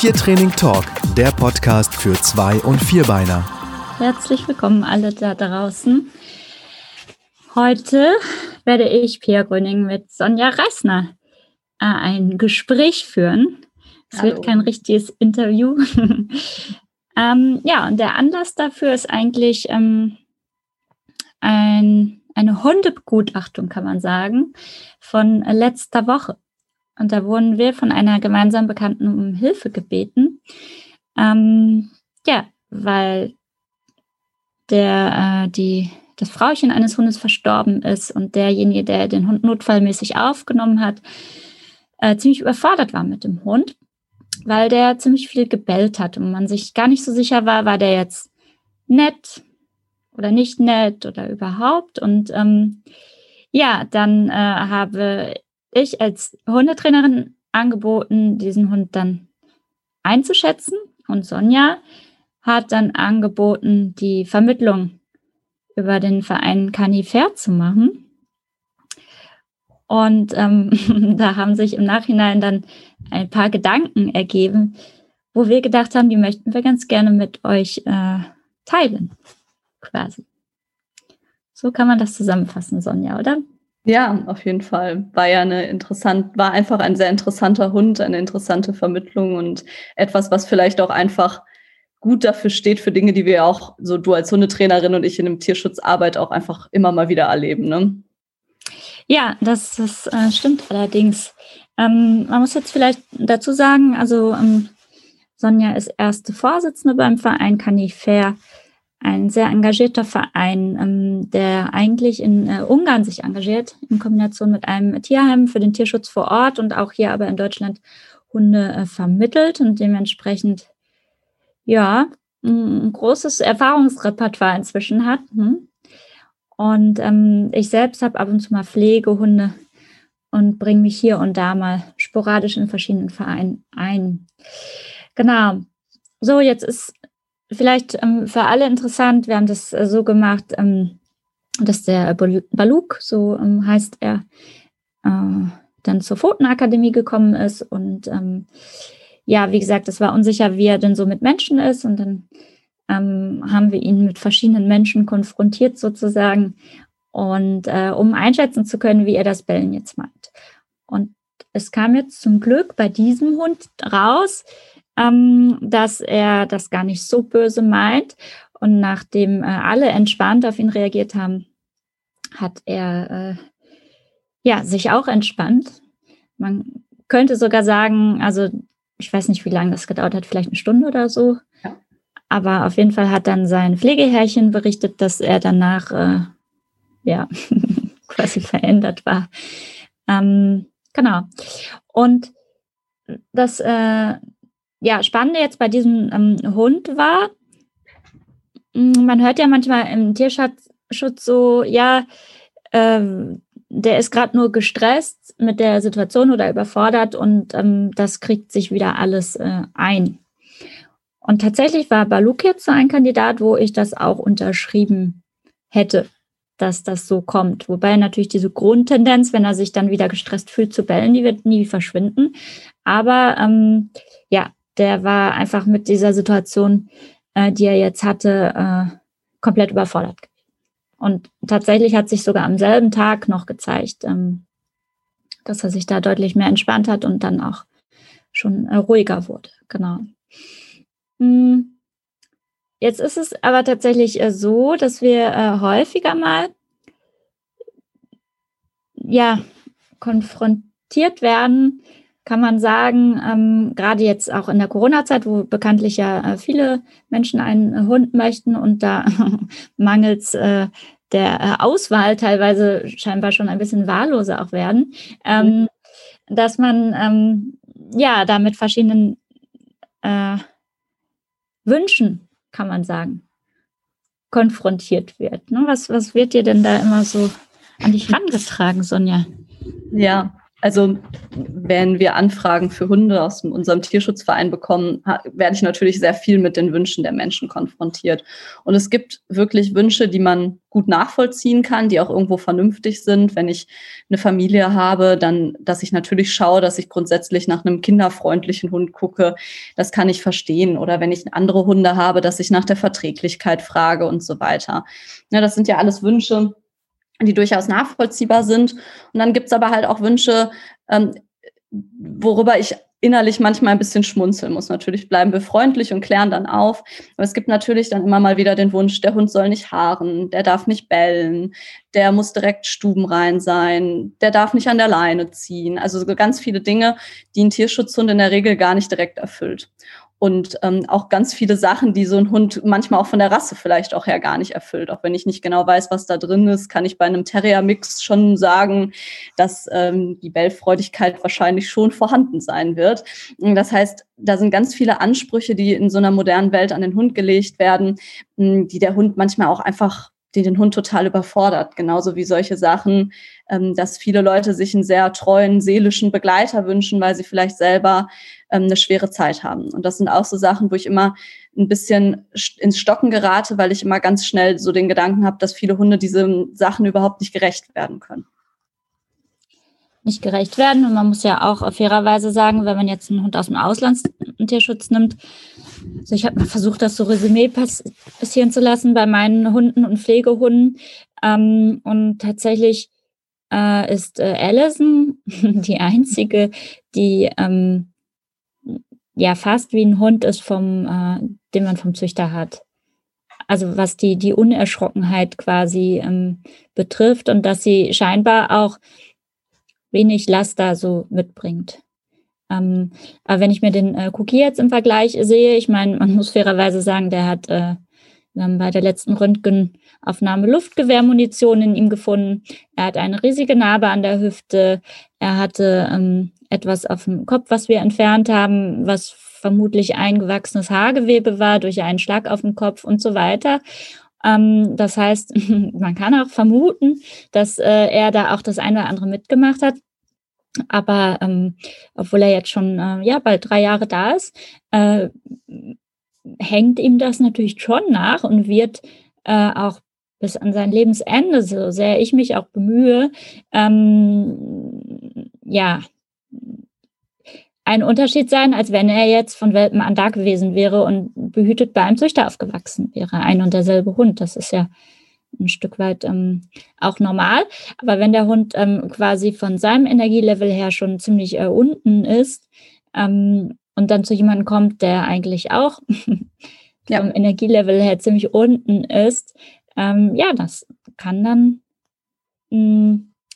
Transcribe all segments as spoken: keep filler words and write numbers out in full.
Tiertraining Talk, der Podcast für Zwei- und Vierbeiner. Herzlich willkommen alle da draußen. Heute werde ich, Pia Gröning, mit Sonja Reisner äh, ein Gespräch führen. Es wird kein richtiges Interview. ähm, ja, und der Anlass dafür ist eigentlich ähm, ein, eine Hundebegutachtung, kann man sagen, von äh, letzter Woche. Und da wurden wir von einer gemeinsam Bekannten um Hilfe gebeten. Ähm, ja, weil der, äh, die, das Frauchen eines Hundes verstorben ist und derjenige, der den Hund notfallmäßig aufgenommen hat, äh, ziemlich überfordert war mit dem Hund, weil der ziemlich viel gebellt hat und man sich gar nicht so sicher war, war der jetzt nett oder nicht nett oder überhaupt. Und ähm, ja, dann äh, habe ich als Hundetrainerin angeboten, diesen Hund dann einzuschätzen. Und Sonja hat dann angeboten, die Vermittlung über den Verein Canifair zu machen. Und ähm, da haben sich im Nachhinein dann ein paar Gedanken ergeben, wo wir gedacht haben, die möchten wir ganz gerne mit euch äh, teilen, quasi. So kann man das zusammenfassen, Sonja, oder? Ja, auf jeden Fall. War ja eine interessant, war einfach ein sehr interessanter Hund, eine interessante Vermittlung und etwas, was vielleicht auch einfach gut dafür steht für Dinge, die wir auch, so du als Hundetrainerin und ich in der Tierschutzarbeit auch einfach immer mal wieder erleben, ne? Ja, das, das äh, stimmt allerdings. Ähm, man muss jetzt vielleicht dazu sagen, also ähm, Sonja ist erste Vorsitzende beim Verein Canifair, ein sehr engagierter Verein, ähm, der eigentlich in äh, Ungarn sich engagiert, in Kombination mit einem Tierheim für den Tierschutz vor Ort und auch hier aber in Deutschland Hunde äh, vermittelt und dementsprechend ja ein großes Erfahrungsrepertoire inzwischen hat. Hm? Und ähm, ich selbst habe ab und zu mal Pflegehunde und bringe mich hier und da mal sporadisch in verschiedenen Vereinen ein. Genau. So, jetzt ist vielleicht ähm, für alle interessant, wir haben das äh, so gemacht, ähm, dass der Baluk, so ähm, heißt er, äh, dann zur Pfotenakademie gekommen ist. Und ähm, ja, wie gesagt, es war unsicher, wie er denn so mit Menschen ist. Und dann ähm, haben wir ihn mit verschiedenen Menschen konfrontiert sozusagen. Und äh, um einschätzen zu können, wie er das Bellen jetzt meint. Und es kam jetzt zum Glück bei diesem Hund raus, Ähm, dass er das gar nicht so böse meint. Und nachdem äh, alle entspannt auf ihn reagiert haben, hat er äh, ja, sich auch entspannt. Man könnte sogar sagen, also ich weiß nicht, wie lange das gedauert hat, vielleicht eine Stunde oder so. Ja. Aber auf jeden Fall hat dann sein Pflegeherrchen berichtet, dass er danach äh, ja quasi verändert war. Ähm, genau. Und das äh, Ja, Spannende jetzt bei diesem ähm, Hund war, man hört ja manchmal im Tierschutz so, ja, ähm, der ist gerade nur gestresst mit der Situation oder überfordert und ähm, das kriegt sich wieder alles äh, ein. Und tatsächlich war Baluk jetzt so ein Kandidat, wo ich das auch unterschrieben hätte, dass das so kommt. Wobei natürlich diese Grundtendenz, wenn er sich dann wieder gestresst fühlt zu bellen, die wird nie verschwinden. Aber ähm, ja, der war einfach mit dieser Situation, äh, die er jetzt hatte, äh, komplett überfordert. Und tatsächlich hat sich sogar am selben Tag noch gezeigt, ähm, dass er sich da deutlich mehr entspannt hat und dann auch schon äh, ruhiger wurde. Genau. Hm. Jetzt ist es aber tatsächlich äh, so, dass wir äh, häufiger mal ja, konfrontiert werden, kann man sagen, ähm, gerade jetzt auch in der Corona-Zeit, wo bekanntlich ja äh, viele Menschen einen äh, Hund möchten und da mangels äh, der äh, Auswahl teilweise scheinbar schon ein bisschen wahlloser auch werden, ähm, mhm. dass man ähm, ja da mit verschiedenen äh, Wünschen, kann man sagen, konfrontiert wird. Ne? Was, was wird dir denn da immer so an dich herangetragen, Sonja? Ja, Also wenn wir Anfragen für Hunde aus unserem Tierschutzverein bekommen, werde ich natürlich sehr viel mit den Wünschen der Menschen konfrontiert. Und es gibt wirklich Wünsche, die man gut nachvollziehen kann, die auch irgendwo vernünftig sind. Wenn ich eine Familie habe, dann, dass ich natürlich schaue, dass ich grundsätzlich nach einem kinderfreundlichen Hund gucke. Das kann ich verstehen. Oder wenn ich andere Hunde habe, dass ich nach der Verträglichkeit frage und so weiter. Ja, das sind ja alles Wünsche, die durchaus nachvollziehbar sind. Und dann gibt's aber halt auch Wünsche, ähm, worüber ich innerlich manchmal ein bisschen schmunzeln muss. Natürlich bleiben wir freundlich und klären dann auf. Aber es gibt natürlich dann immer mal wieder den Wunsch, der Hund soll nicht haaren, der darf nicht bellen, der muss direkt stubenrein sein, der darf nicht an der Leine ziehen. Also so ganz viele Dinge, die ein Tierschutzhund in der Regel gar nicht direkt erfüllt. Und ähm, auch ganz viele Sachen, die so ein Hund manchmal auch von der Rasse vielleicht auch her gar nicht erfüllt. Auch wenn ich nicht genau weiß, was da drin ist, kann ich bei einem Terrier-Mix schon sagen, dass ähm, die Bellfreudigkeit wahrscheinlich schon vorhanden sein wird. Und das heißt, da sind ganz viele Ansprüche, die in so einer modernen Welt an den Hund gelegt werden, die der Hund manchmal auch einfach die den Hund total überfordert. Genauso wie solche Sachen, ähm, dass viele Leute sich einen sehr treuen, seelischen Begleiter wünschen, weil sie vielleicht selber ähm, eine schwere Zeit haben. Und das sind auch so Sachen, wo ich immer ein bisschen ins Stocken gerate, weil ich immer ganz schnell so den Gedanken habe, dass viele Hunde diesen Sachen überhaupt nicht gerecht werden können. Nicht gerecht werden. Und man muss ja auch fairerweise sagen, wenn man jetzt einen Hund aus dem Auslandstierschutz nimmt, also ich habe mal versucht, das so Resümee pass- passieren zu lassen bei meinen Hunden und Pflegehunden. Ähm, und tatsächlich äh, ist äh, Allison die einzige, die ähm, ja fast wie ein Hund ist, vom, äh, den man vom Züchter hat. Also was die, die Unerschrockenheit quasi ähm, betrifft und dass sie scheinbar auch wenig Laster so mitbringt. Ähm, aber wenn ich mir den äh, Cookie jetzt im Vergleich sehe, ich meine, man muss fairerweise sagen, der hat, äh, wir haben bei der letzten Röntgenaufnahme Luftgewehrmunition in ihm gefunden. Er hat eine riesige Narbe an der Hüfte. Er hatte ähm, etwas auf dem Kopf, was wir entfernt haben, was vermutlich eingewachsenes Haargewebe war durch einen Schlag auf den Kopf und so weiter. Ähm, das heißt, man kann auch vermuten, dass äh, er da auch das eine oder andere mitgemacht hat. Aber ähm, obwohl er jetzt schon äh, ja bald drei Jahre da ist, äh, hängt ihm das natürlich schon nach und wird äh, auch bis an sein Lebensende, so sehr ich mich auch bemühe, ähm, ja, ein Unterschied sein, als wenn er jetzt von Welpen an da gewesen wäre und behütet bei einem Züchter aufgewachsen wäre. Ein und derselbe Hund, das ist ja ein Stück weit ähm, auch normal. Aber wenn der Hund ähm, quasi von seinem Energielevel her schon ziemlich äh, unten ist ähm, und dann zu jemandem kommt, der eigentlich auch Ja. vom Energielevel her ziemlich unten ist, ähm, ja, das kann dann mh,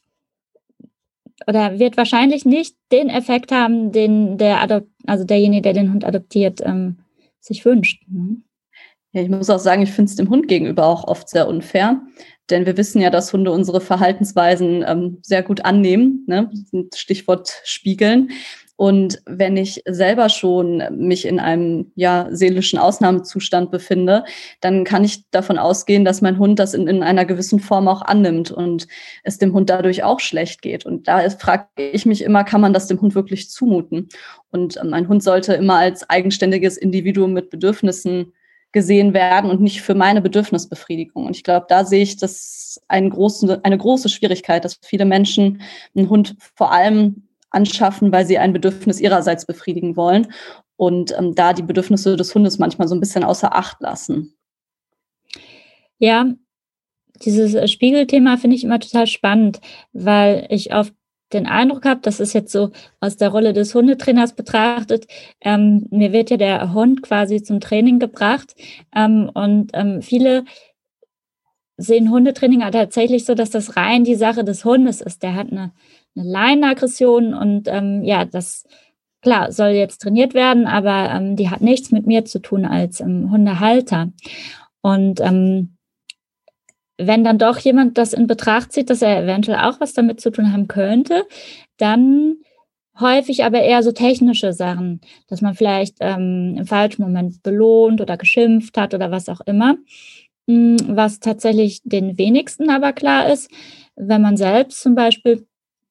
oder wird wahrscheinlich nicht den Effekt haben, den der Adop- also derjenige, der den Hund adoptiert, ähm, sich wünscht. Ne? Ja, ich muss auch sagen, ich finde es dem Hund gegenüber auch oft sehr unfair. Denn wir wissen ja, dass Hunde unsere Verhaltensweisen ähm, sehr gut annehmen. Ne? Stichwort spiegeln. Und wenn ich selber schon mich in einem ja seelischen Ausnahmezustand befinde, dann kann ich davon ausgehen, dass mein Hund das in, in einer gewissen Form auch annimmt und es dem Hund dadurch auch schlecht geht. Und da frage ich mich immer, kann man das dem Hund wirklich zumuten? Und ähm, ein Hund sollte immer als eigenständiges Individuum mit Bedürfnissen gesehen werden und nicht für meine Bedürfnisbefriedigung. Und ich glaube, da sehe ich das eine große, eine große Schwierigkeit, dass viele Menschen einen Hund vor allem anschaffen, weil sie ein Bedürfnis ihrerseits befriedigen wollen und ähm, da die Bedürfnisse des Hundes manchmal so ein bisschen außer Acht lassen. Ja, dieses äh, Spiegelthema finde ich immer total spannend, weil ich oft den Eindruck habe, das ist jetzt so aus der Rolle des Hundetrainers betrachtet, ähm, mir wird ja der Hund quasi zum Training gebracht ähm, und ähm, viele sehen Hundetraining tatsächlich so, dass das rein die Sache des Hundes ist. Der hat eine, eine Leinenaggression und ähm, ja, das klar soll jetzt trainiert werden, aber ähm, die hat nichts mit mir zu tun als ähm, Hundehalter. Und ähm, wenn dann doch jemand das in Betracht zieht, dass er eventuell auch was damit zu tun haben könnte, dann häufig aber eher so technische Sachen, dass man vielleicht ähm, im falschen Moment belohnt oder geschimpft hat oder was auch immer. Was tatsächlich den wenigsten aber klar ist, wenn man selbst zum Beispiel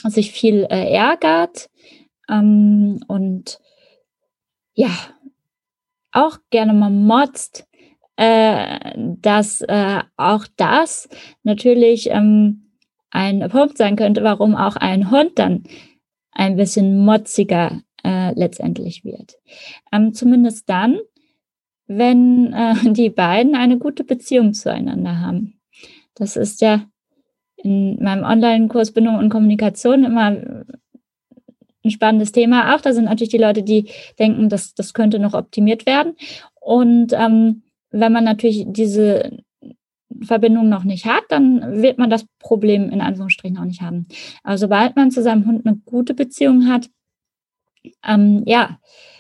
sich viel äh, ärgert ähm, und ja, auch gerne mal motzt, äh, dass äh, auch das natürlich ähm, ein Punkt sein könnte, warum auch ein Hund dann ein bisschen motziger äh, letztendlich wird. Ähm, zumindest dann, wenn äh, die beiden eine gute Beziehung zueinander haben. Das ist ja in meinem Online-Kurs Bindung und Kommunikation immer ein spannendes Thema auch. Da sind natürlich die Leute, die denken, das, das könnte noch optimiert werden. Und ähm, wenn man natürlich diese Verbindung noch nicht hat, dann wird man das Problem in Anführungsstrichen auch nicht haben. Aber sobald man zu seinem Hund eine gute Beziehung hat, ähm, ja,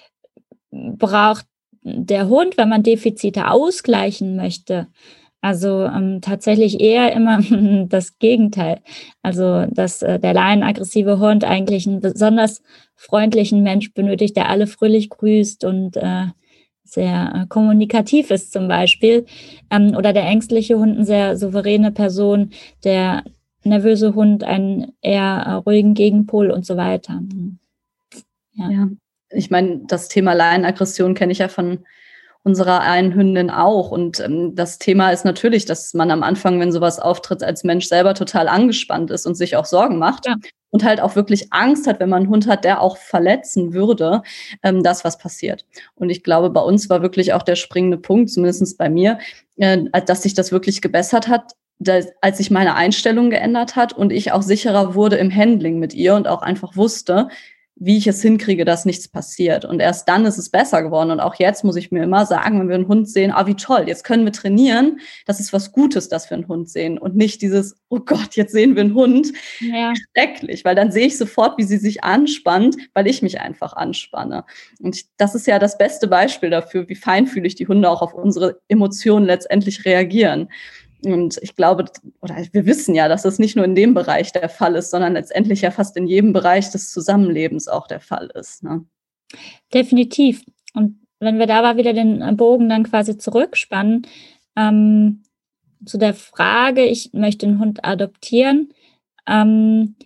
braucht der Hund, wenn man Defizite ausgleichen möchte, also ähm, tatsächlich eher immer das Gegenteil. Also, dass äh, der laienaggressive Hund eigentlich einen besonders freundlichen Mensch benötigt, der alle fröhlich grüßt und äh, sehr äh, kommunikativ ist zum Beispiel. Ähm, oder der ängstliche Hund, eine sehr souveräne Person, der nervöse Hund einen eher äh, ruhigen Gegenpol und so weiter. Ja, ja. Ich meine, das Thema Laienaggression kenne ich ja von unserer einen Hündin auch. Und ähm, das Thema ist natürlich, dass man am Anfang, wenn sowas auftritt, als Mensch selber total angespannt ist und sich auch Sorgen macht. Ja. Und halt auch wirklich Angst hat, wenn man einen Hund hat, der auch verletzen würde, ähm, dass was passiert. Und ich glaube, bei uns war wirklich auch der springende Punkt, zumindest bei mir, äh, dass sich das wirklich gebessert hat, dass, als sich meine Einstellung geändert hat und ich auch sicherer wurde im Handling mit ihr und auch einfach wusste, wie ich es hinkriege, dass nichts passiert. Und erst dann ist es besser geworden. Und auch jetzt muss ich mir immer sagen, wenn wir einen Hund sehen, ah, wie toll, jetzt können wir trainieren. Das ist was Gutes, dass wir einen Hund sehen. Und nicht dieses, oh Gott, jetzt sehen wir einen Hund. Ja. Schrecklich, weil dann sehe ich sofort, wie sie sich anspannt, weil ich mich einfach anspanne. Und ich, das ist ja das beste Beispiel dafür, wie feinfühlig die Hunde auch auf unsere Emotionen letztendlich reagieren. Und ich glaube, oder wir wissen ja, dass das nicht nur in dem Bereich der Fall ist, sondern letztendlich ja fast in jedem Bereich des Zusammenlebens auch der Fall ist. Ne? Definitiv. Und wenn wir da aber wieder den Bogen dann quasi zurückspannen, ähm, zu der Frage, ich möchte einen Hund adoptieren, ähm,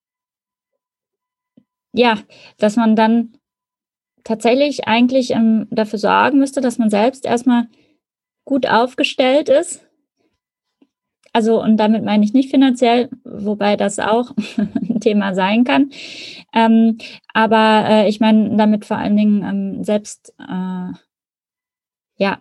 ja, dass man dann tatsächlich eigentlich ähm, dafür sorgen müsste, dass man selbst erstmal gut aufgestellt ist. Also, und damit meine ich nicht finanziell, wobei das auch ein Thema sein kann. Ähm, aber äh, ich meine damit vor allen Dingen ähm, selbst, äh, ja,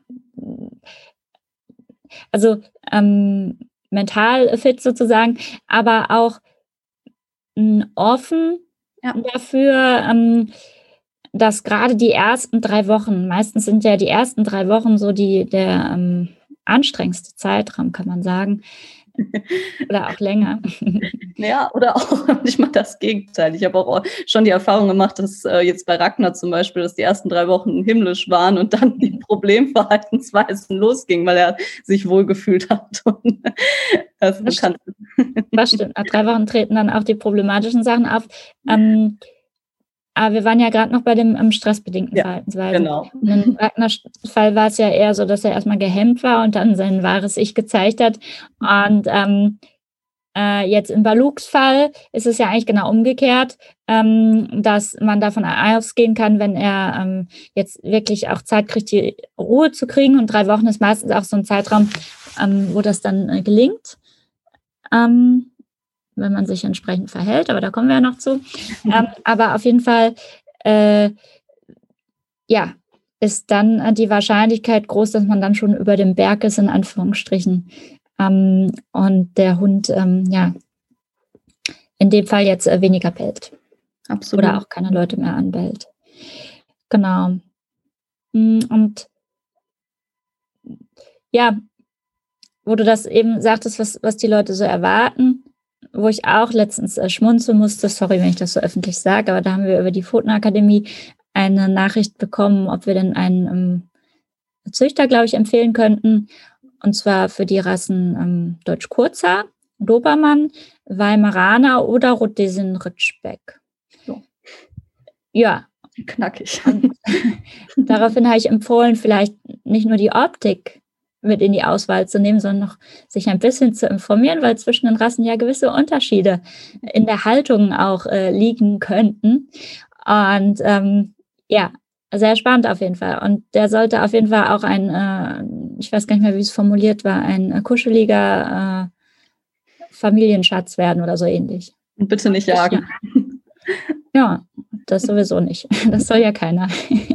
also ähm, mental fit sozusagen, aber auch mh, offen ja. dafür, ähm, dass gerade die ersten drei Wochen, meistens sind ja die ersten drei Wochen so die der ähm, anstrengendste Zeitraum, kann man sagen. Oder auch länger. Ja, oder auch manchmal das Gegenteil. Ich habe auch schon die Erfahrung gemacht, dass äh, jetzt bei Ragnar zum Beispiel, dass die ersten drei Wochen himmlisch waren und dann die Problemverhaltensweisen losgingen, weil er sich wohlgefühlt hat. Und das das, stimmt. das stimmt. Nach drei Wochen treten dann auch die problematischen Sachen auf. Ähm, Aber wir waren ja gerade noch bei dem ähm, stressbedingten ja, Verhaltensweisen. Genau. Und im Ragnars Fall war es ja eher so, dass er erstmal gehemmt war und dann sein wahres Ich gezeigt hat. Und ähm, äh, jetzt in Baluks Fall ist es ja eigentlich genau umgekehrt, ähm, dass man davon ausgehen kann, wenn er ähm, jetzt wirklich auch Zeit kriegt, die Ruhe zu kriegen. Und drei Wochen ist meistens auch so ein Zeitraum, ähm, wo das dann äh, gelingt. Ähm, wenn man sich entsprechend verhält, aber da kommen wir ja noch zu. Mhm. Ähm, aber auf jeden Fall, äh, ja, ist dann äh, die Wahrscheinlichkeit groß, dass man dann schon über dem Berg ist, in Anführungsstrichen. Ähm, und der Hund, ähm, ja, in dem Fall jetzt äh, weniger bellt. Absolut. Oder auch keine Leute mehr anbellt. Genau. Und ja, wo du das eben sagtest, was, was die Leute so erwarten, wo ich auch letztens äh, schmunzeln musste, sorry, wenn ich das so öffentlich sage, aber da haben wir über die Pfotenakademie eine Nachricht bekommen, ob wir denn einen ähm, Züchter, glaube ich, empfehlen könnten. Und zwar für die Rassen ähm, Deutsch-Kurzhaar, Dobermann, Weimaraner oder Rhodesien-Ritschbeck. So. Ja. Knackig. Und daraufhin habe ich empfohlen, vielleicht nicht nur die Optik mit in die Auswahl zu nehmen, sondern noch sich ein bisschen zu informieren, weil zwischen den Rassen ja gewisse Unterschiede in der Haltung auch äh, liegen könnten. Und ähm, ja, sehr spannend auf jeden Fall. Und der sollte auf jeden Fall auch ein, äh, ich weiß gar nicht mehr, wie es formuliert war, ein äh, kuscheliger äh, Familienschatz werden oder so ähnlich. Und bitte nicht jagen. Ja, das sowieso nicht. Das soll ja keiner.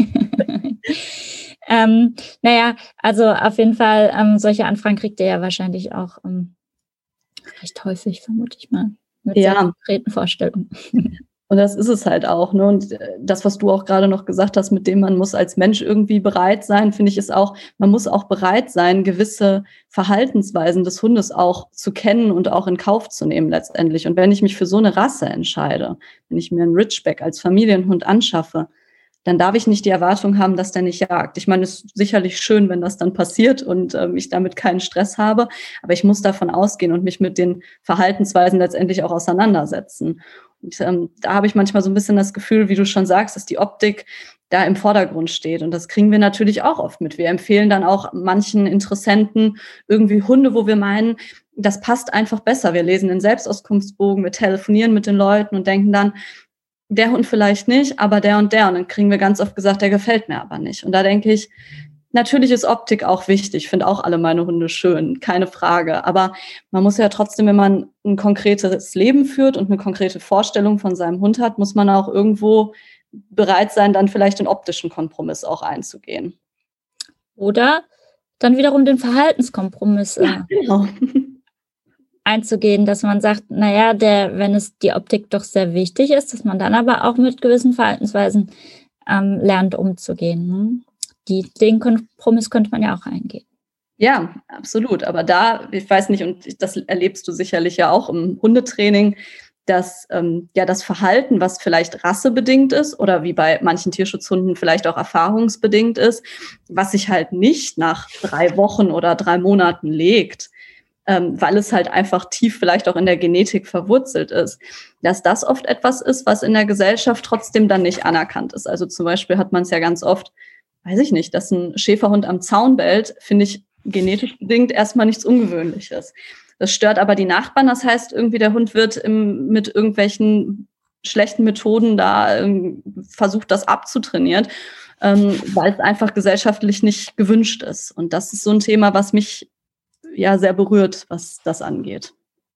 ähm, naja, also auf jeden Fall, ähm, solche Anfragen kriegt ihr ja wahrscheinlich auch ähm, recht häufig, vermute ich mal, mit Ja. sehr konkreten Vorstellungen. Und das ist es halt auch. Ne? Und das, was du auch gerade noch gesagt hast, mit dem man muss als Mensch irgendwie bereit sein, finde ich, ist auch, man muss auch bereit sein, gewisse Verhaltensweisen des Hundes auch zu kennen und auch in Kauf zu nehmen letztendlich. Und wenn ich mich für so eine Rasse entscheide, wenn ich mir einen Ridgeback als Familienhund anschaffe, dann darf ich nicht die Erwartung haben, dass der nicht jagt. Ich meine, es ist sicherlich schön, wenn das dann passiert und ähm, ich damit keinen Stress habe, aber ich muss davon ausgehen und mich mit den Verhaltensweisen letztendlich auch auseinandersetzen. Und ähm, da habe ich manchmal so ein bisschen das Gefühl, wie du schon sagst, dass die Optik da im Vordergrund steht. Und das kriegen wir natürlich auch oft mit. Wir empfehlen dann auch manchen Interessenten irgendwie Hunde, wo wir meinen, das passt einfach besser. Wir lesen den Selbstauskunftsbogen, wir telefonieren mit den Leuten und denken dann, der Hund vielleicht nicht, aber der und der. Und dann kriegen wir ganz oft gesagt, der gefällt mir aber nicht. Und da denke ich, natürlich ist Optik auch wichtig. Ich finde auch alle meine Hunde schön, keine Frage. Aber man muss ja trotzdem, wenn man ein konkretes Leben führt und eine konkrete Vorstellung von seinem Hund hat, muss man auch irgendwo bereit sein, dann vielleicht den optischen Kompromiss auch einzugehen. Oder dann wiederum den Verhaltenskompromiss äh, Ja, genau. einzugehen, dass man sagt, naja, der, wenn es die Optik doch sehr wichtig ist, dass man dann aber auch mit gewissen Verhaltensweisen ähm, lernt, umzugehen. Ne? Die, den Kompromiss könnte man ja auch eingehen. Ja, absolut. Aber da, ich weiß nicht, und das erlebst du sicherlich ja auch im Hundetraining, dass ähm, ja das Verhalten, was vielleicht rassebedingt ist oder wie bei manchen Tierschutzhunden vielleicht auch erfahrungsbedingt ist, was sich halt nicht nach drei Wochen oder drei Monaten legt, ähm, weil es halt einfach tief vielleicht auch in der Genetik verwurzelt ist, dass das oft etwas ist, was in der Gesellschaft trotzdem dann nicht anerkannt ist. Also zum Beispiel hat man es ja ganz oft, weiß ich nicht, dass ein Schäferhund am Zaun bellt, finde ich genetisch bedingt erstmal nichts Ungewöhnliches. Das stört aber die Nachbarn, das heißt, irgendwie der Hund wird im, mit irgendwelchen schlechten Methoden da ähm, versucht, das abzutrainieren, ähm, weil es einfach gesellschaftlich nicht gewünscht ist. Und das ist so ein Thema, was mich ja sehr berührt, was das angeht.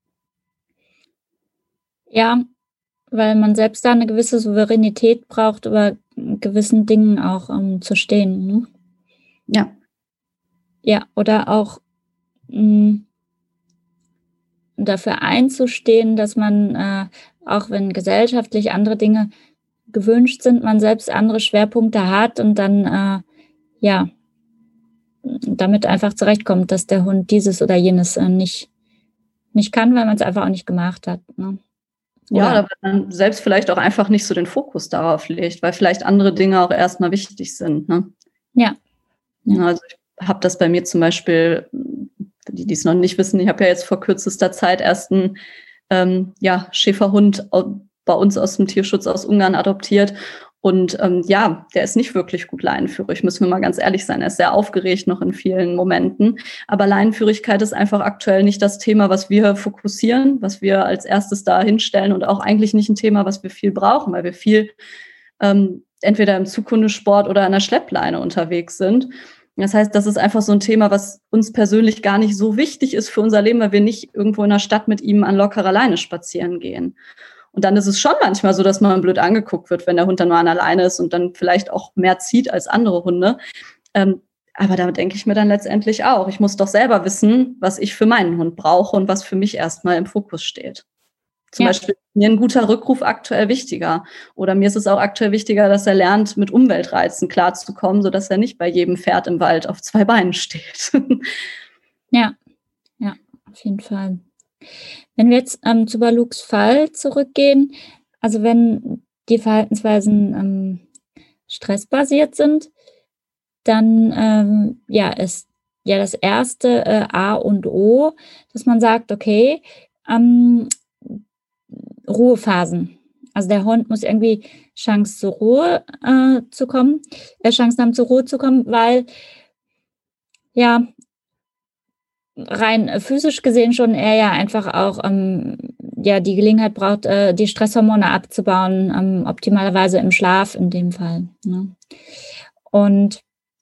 Ja, weil man selbst da eine gewisse Souveränität braucht, über gewissen Dingen auch um, zu stehen. Ne? Ja. Ja, oder auch mh, dafür einzustehen, dass man, äh, auch wenn gesellschaftlich andere Dinge gewünscht sind, man selbst andere Schwerpunkte hat und dann, äh, ja, damit einfach zurechtkommt, dass der Hund dieses oder jenes äh, nicht, nicht kann, weil man es einfach auch nicht gemacht hat. Ne? Ja, oder wenn man selbst vielleicht auch einfach nicht so den Fokus darauf legt, weil vielleicht andere Dinge auch erstmal wichtig sind. Ne? Ja. ja. Also ich habe das bei mir zum Beispiel, die, die es noch nicht wissen, ich habe ja jetzt vor kürzester Zeit erst einen ähm, ja, Schäferhund bei uns aus dem Tierschutz aus Ungarn adoptiert. Und ähm, ja, der ist nicht wirklich gut leinenführig, müssen wir mal ganz ehrlich sein. Er ist sehr aufgeregt noch in vielen Momenten. Aber Leinenführigkeit ist einfach aktuell nicht das Thema, was wir fokussieren, was wir als erstes da hinstellen und auch eigentlich nicht ein Thema, was wir viel brauchen, weil wir viel ähm, entweder im Zukunftssport oder an der Schleppleine unterwegs sind. Das heißt, das ist einfach so ein Thema, was uns persönlich gar nicht so wichtig ist für unser Leben, weil wir nicht irgendwo in der Stadt mit ihm an lockerer Leine spazieren gehen. Und dann ist es schon manchmal so, dass man blöd angeguckt wird, wenn der Hund dann nur an der Leine ist und dann vielleicht auch mehr zieht als andere Hunde. Ähm, aber da denke ich mir dann letztendlich auch, ich muss doch selber wissen, was ich für meinen Hund brauche und was für mich erstmal im Fokus steht. Zum ja. Beispiel ist mir ein guter Rückruf aktuell wichtiger. Oder mir ist es auch aktuell wichtiger, dass er lernt, mit Umweltreizen klarzukommen, sodass er nicht bei jedem Pferd im Wald auf zwei Beinen steht. Ja, ja, auf jeden Fall. Wenn wir jetzt ähm, zu Baluks Fall zurückgehen, also wenn die Verhaltensweisen ähm, stressbasiert sind, dann ähm, ja, ist ja das erste äh, A und O, dass man sagt, okay, ähm, Ruhephasen. Also der Hund muss irgendwie Chance zur Ruhe äh, zu kommen, äh, Chancen haben, zur Ruhe zu kommen, weil ja, rein äh, physisch gesehen schon er ja einfach auch ähm, ja die Gelegenheit braucht, äh, die Stresshormone abzubauen, ähm, optimalerweise im Schlaf in dem Fall. Ne? Und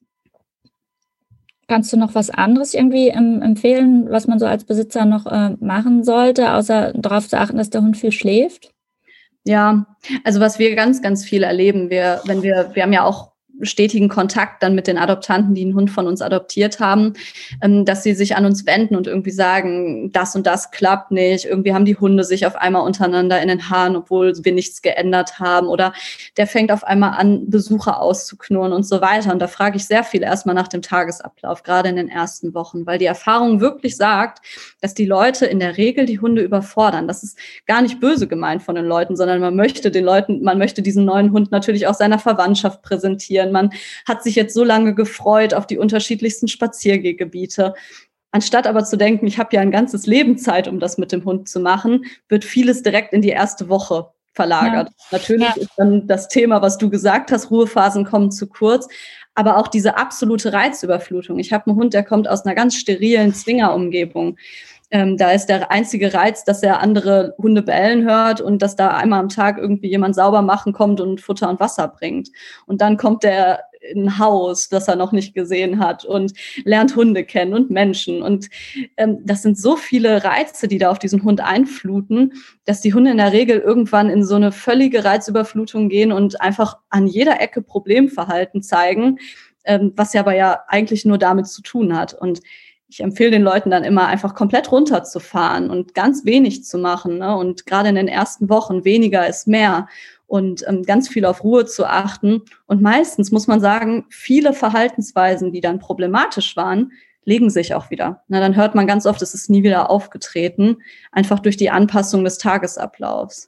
kannst du noch was anderes irgendwie ähm, empfehlen, was man so als Besitzer noch äh, machen sollte, außer darauf zu achten, dass der Hund viel schläft? Ja, also was wir ganz, ganz viel erleben, wir, wenn wir, wir haben ja auch stetigen Kontakt dann mit den Adoptanten, die einen Hund von uns adoptiert haben, ähm, dass sie sich an uns wenden und irgendwie sagen, das und das klappt nicht. Irgendwie haben die Hunde sich auf einmal untereinander in den Haaren, obwohl wir nichts geändert haben. Oder der fängt auf einmal an, Besucher auszuknurren und so weiter. Und da frage ich sehr viel erstmal nach dem Tagesablauf, gerade in den ersten Wochen, weil die Erfahrung wirklich sagt, dass die Leute in der Regel die Hunde überfordern. Das ist gar nicht böse gemeint von den Leuten, sondern man möchte den Leuten, man möchte diesen neuen Hund natürlich auch seiner Verwandtschaft präsentieren. Man hat sich jetzt so lange gefreut auf die unterschiedlichsten Spaziergehgebiete. Anstatt aber zu denken, ich habe ja ein ganzes Leben Zeit, um das mit dem Hund zu machen, wird vieles direkt in die erste Woche verlagert. Ja. Natürlich ja. ist dann das Thema, was du gesagt hast, Ruhephasen kommen zu kurz, aber auch diese absolute Reizüberflutung. Ich habe einen Hund, der kommt aus einer ganz sterilen Zwingerumgebung. Ähm, da ist der einzige Reiz, dass er andere Hunde bellen hört und dass da einmal am Tag irgendwie jemand sauber machen kommt und Futter und Wasser bringt. Und dann kommt er in ein Haus, das er noch nicht gesehen hat und lernt Hunde kennen und Menschen. Und ähm, das sind so viele Reize, die da auf diesen Hund einfluten, dass die Hunde in der Regel irgendwann in so eine völlige Reizüberflutung gehen und einfach an jeder Ecke Problemverhalten zeigen, ähm, was ja aber ja eigentlich nur damit zu tun hat. Und ich empfehle den Leuten dann immer, einfach komplett runterzufahren und ganz wenig zu machen. Ne? Und gerade in den ersten Wochen weniger ist mehr und ähm, ganz viel auf Ruhe zu achten. Und meistens muss man sagen, viele Verhaltensweisen, die dann problematisch waren, legen sich auch wieder. Na, dann hört man ganz oft, es ist nie wieder aufgetreten, einfach durch die Anpassung des Tagesablaufs.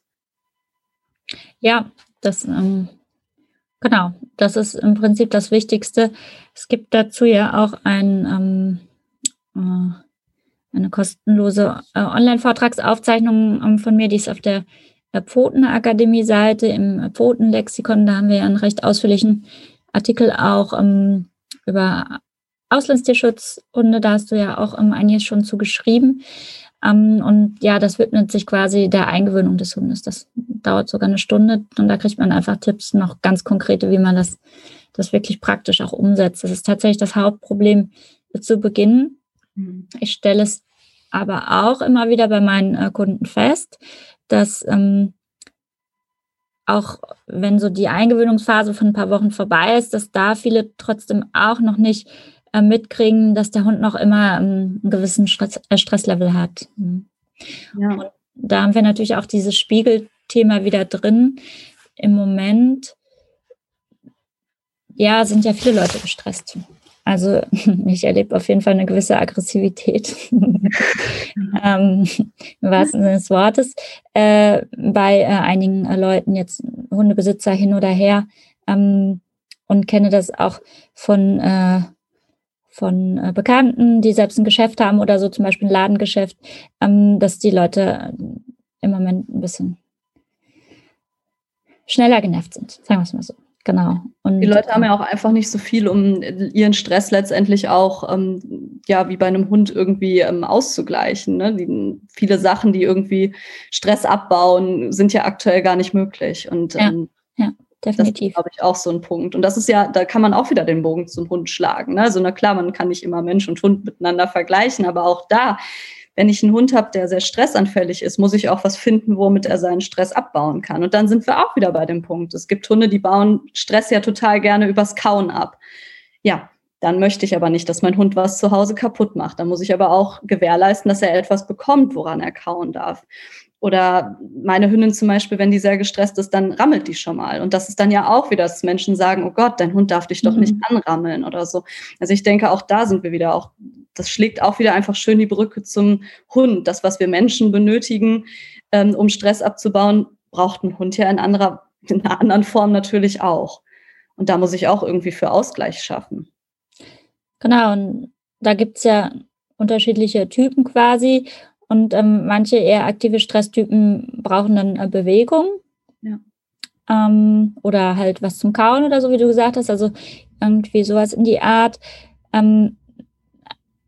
Ja, das ähm, genau, das ist im Prinzip das Wichtigste. Es gibt dazu ja auch ein ähm, eine kostenlose äh, Online-Vortragsaufzeichnung ähm, von mir, die ist auf der äh, Pfotenakademie-Seite im äh, Pfotenlexikon. Da haben wir ja einen recht ausführlichen Artikel auch ähm, über Auslandstierschutzhunde. Da hast du ja auch ähm, einiges schon zu geschrieben. Ähm, und ja, das widmet sich quasi der Eingewöhnung des Hundes. Das dauert sogar eine Stunde und da kriegt man einfach Tipps, noch ganz konkrete, wie man das, das wirklich praktisch auch umsetzt. Das ist tatsächlich das Hauptproblem zu Beginn. Ich stelle es aber auch immer wieder bei meinen äh, Kunden fest, dass ähm, auch wenn so die Eingewöhnungsphase von ein paar Wochen vorbei ist, dass da viele trotzdem auch noch nicht äh, mitkriegen, dass der Hund noch immer ähm, einen gewissen Stress, äh, Stresslevel hat. Ja. Und da haben wir natürlich auch dieses Spiegelthema wieder drin. Im Moment, ja, sind ja viele Leute gestresst. Also ich erlebe auf jeden Fall eine gewisse Aggressivität, ähm, im wahrsten Sinne des Wortes, äh, bei äh, einigen äh, Leuten, jetzt Hundebesitzer hin oder her, ähm, und kenne das auch von, äh, von äh, Bekannten, die selbst ein Geschäft haben oder so, zum Beispiel ein Ladengeschäft, ähm, dass die Leute im Moment ein bisschen schneller genervt sind, sagen wir es mal so. Genau. Und die Leute haben ja auch einfach nicht so viel, um ihren Stress letztendlich auch, ähm, ja, wie bei einem Hund irgendwie ähm, auszugleichen. Ne? Die, viele Sachen, die irgendwie Stress abbauen, sind ja aktuell gar nicht möglich. Und ähm, ja, ja, definitiv. Das ist, glaube ich, auch so ein Punkt. Und das ist ja, da kann man auch wieder den Bogen zum Hund schlagen. Ne? Also na klar, man kann nicht immer Mensch und Hund miteinander vergleichen, aber auch da, wenn ich einen Hund habe, der sehr stressanfällig ist, muss ich auch was finden, womit er seinen Stress abbauen kann. Und dann sind wir auch wieder bei dem Punkt. Es gibt Hunde, die bauen Stress ja total gerne übers Kauen ab. Ja, dann möchte ich aber nicht, dass mein Hund was zu Hause kaputt macht. Dann muss ich aber auch gewährleisten, dass er etwas bekommt, woran er kauen darf. Oder meine Hündin zum Beispiel, wenn die sehr gestresst ist, dann rammelt die schon mal. Und das ist dann ja auch wieder, dass Menschen sagen, oh Gott, dein Hund darf dich doch mhm. nicht anrammeln oder so. Also ich denke, auch da sind wir wieder auch, das schlägt auch wieder einfach schön die Brücke zum Hund. Das, was wir Menschen benötigen, ähm, um Stress abzubauen, braucht ein Hund ja in anderer, in einer anderen Form natürlich auch. Und da muss ich auch irgendwie für Ausgleich schaffen. Genau, und da gibt es ja unterschiedliche Typen quasi. Und ähm, manche eher aktive Stresstypen brauchen dann äh, Bewegung. Ja. Ähm, oder halt was zum Kauen oder so, wie du gesagt hast. Also irgendwie sowas in die Art. Ähm,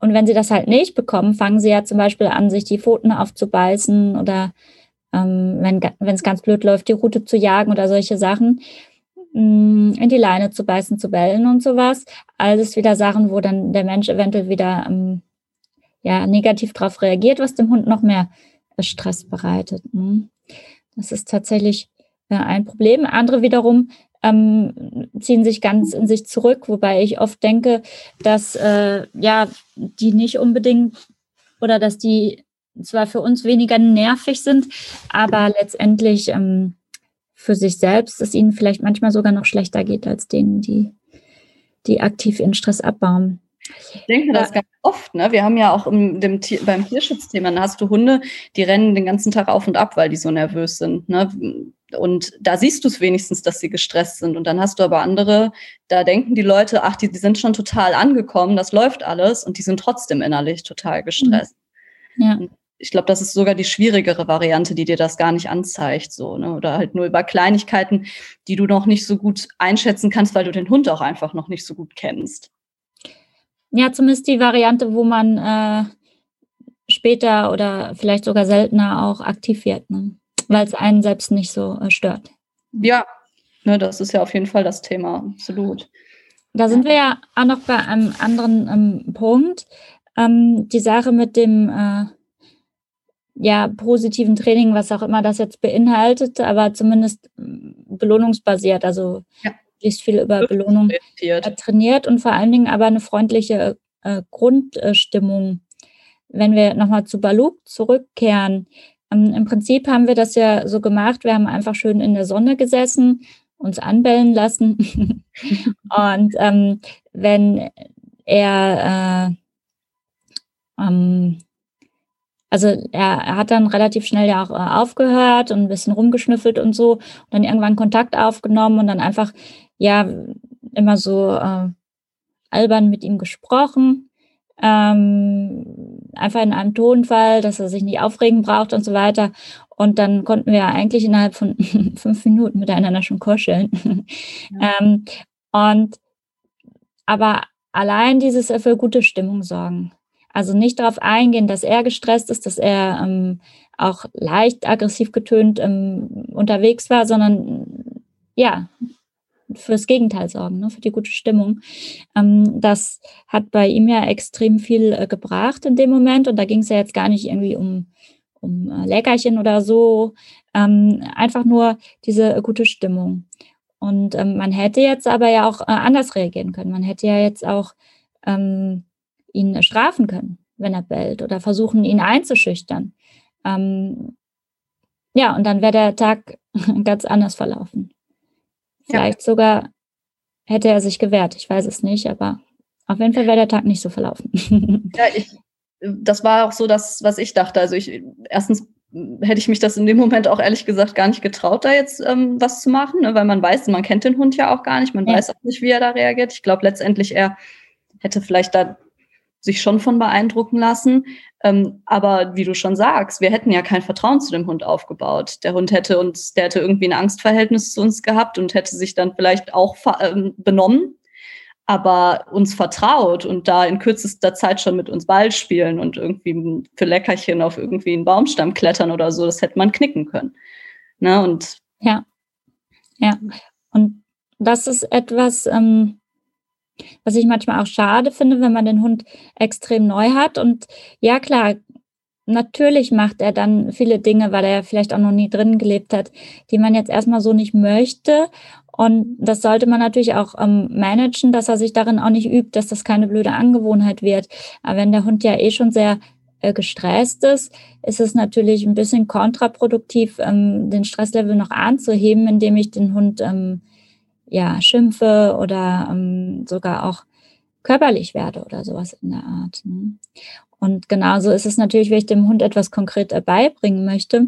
und wenn sie das halt nicht bekommen, fangen sie ja zum Beispiel an, sich die Pfoten aufzubeißen oder ähm, wenn wenn es ganz blöd läuft, die Rute zu jagen oder solche Sachen, mh, in die Leine zu beißen, zu bellen und sowas. Alles wieder Sachen, wo dann der Mensch eventuell wieder ähm, ja, negativ darauf reagiert, was dem Hund noch mehr äh, Stress bereitet. Ne? Das ist tatsächlich äh, ein Problem. Andere wiederum ähm, ziehen sich ganz in sich zurück, wobei ich oft denke, dass äh, ja die nicht unbedingt oder dass die zwar für uns weniger nervig sind, aber letztendlich ähm, für sich selbst es ihnen vielleicht manchmal sogar noch schlechter geht als denen, die, die aktiv ihren Stress abbauen. Ich denke das ganz oft, ne? Wir haben ja auch im, dem Tier, beim Tierschutzthema, da hast du Hunde, die rennen den ganzen Tag auf und ab, weil die so nervös sind, ne? Und da siehst du es wenigstens, dass sie gestresst sind. Und dann hast du aber andere, da denken die Leute, ach, die, die sind schon total angekommen, das läuft alles und die sind trotzdem innerlich total gestresst. Ja. Ich glaube, das ist sogar die schwierigere Variante, die dir das gar nicht anzeigt, so, ne? Oder halt nur über Kleinigkeiten, die du noch nicht so gut einschätzen kannst, weil du den Hund auch einfach noch nicht so gut kennst. Ja, zumindest die Variante, wo man äh, später oder vielleicht sogar seltener auch aktiv wird, ne? Weil es einen selbst nicht so äh, stört. Ja, ne, das ist ja auf jeden Fall das Thema, absolut. Da sind wir ja auch noch bei einem anderen ähm, Punkt. Ähm, die Sache mit dem äh, ja, positiven Training, was auch immer das jetzt beinhaltet, aber zumindest belohnungsbasiert, also ja. Möglichst viel über Belohnung äh, trainiert und vor allen Dingen aber eine freundliche äh, Grundstimmung. Wenn wir nochmal zu Baloo zurückkehren, ähm, im Prinzip haben wir das ja so gemacht, wir haben einfach schön in der Sonne gesessen, uns anbellen lassen und ähm, wenn er äh, ähm, Also er, er hat dann relativ schnell ja auch äh, aufgehört und ein bisschen rumgeschnüffelt und so und dann irgendwann Kontakt aufgenommen und dann einfach ja immer so äh, albern mit ihm gesprochen, ähm, einfach in einem Tonfall, dass er sich nicht aufregen braucht und so weiter. Und dann konnten wir eigentlich innerhalb von fünf Minuten miteinander schon kuscheln. Ja. ähm, und aber allein dieses äh, für gute Stimmung sorgen. Also nicht darauf eingehen, dass er gestresst ist, dass er ähm, auch leicht aggressiv getönt ähm, unterwegs war, sondern ja, fürs Gegenteil sorgen, ne, für die gute Stimmung. Ähm, das hat bei ihm ja extrem viel äh, gebracht in dem Moment und da ging es ja jetzt gar nicht irgendwie um, um äh, Leckerchen oder so, ähm, einfach nur diese äh, gute Stimmung. Und ähm, man hätte jetzt aber ja auch äh, anders reagieren können. Man hätte ja jetzt auch ähm, ihn strafen können, wenn er bellt oder versuchen, ihn einzuschüchtern. Ähm, ja, und dann wäre der Tag ganz anders verlaufen. Vielleicht ja. sogar hätte er sich gewehrt, ich weiß es nicht, aber auf jeden Fall wäre der Tag nicht so verlaufen. Ja, ich, das war auch so das, was ich dachte. Also ich, erstens hätte ich mich das in dem Moment auch ehrlich gesagt gar nicht getraut, da jetzt ähm, was zu machen, ne, weil man weiß, man kennt den Hund ja auch gar nicht, man ja. weiß auch nicht, wie er da reagiert. Ich glaube letztendlich, er hätte vielleicht da sich schon von beeindrucken lassen. Ähm, aber wie du schon sagst, wir hätten ja kein Vertrauen zu dem Hund aufgebaut. Der Hund hätte uns, der hätte irgendwie ein Angstverhältnis zu uns gehabt und hätte sich dann vielleicht auch ähm, benommen, aber uns vertraut und da in kürzester Zeit schon mit uns Ball spielen und irgendwie für Leckerchen auf irgendwie einen Baumstamm klettern oder so, das hätte man knicken können. Ne? Und ja, ja. Und das ist etwas, ähm, was ich manchmal auch schade finde, wenn man den Hund extrem neu hat. Und ja, klar, natürlich macht er dann viele Dinge, weil er vielleicht auch noch nie drin gelebt hat, die man jetzt erstmal so nicht möchte. Und das sollte man natürlich auch ähm, managen, dass er sich darin auch nicht übt, dass das keine blöde Angewohnheit wird. Aber wenn der Hund ja eh schon sehr äh, gestresst ist, ist es natürlich ein bisschen kontraproduktiv, ähm, den Stresslevel noch anzuheben, indem ich den Hund ähm, ja, schimpfe oder ähm, sogar auch körperlich werde oder sowas in der Art. Ne? Und genauso ist es natürlich, wenn ich dem Hund etwas konkret äh, beibringen möchte,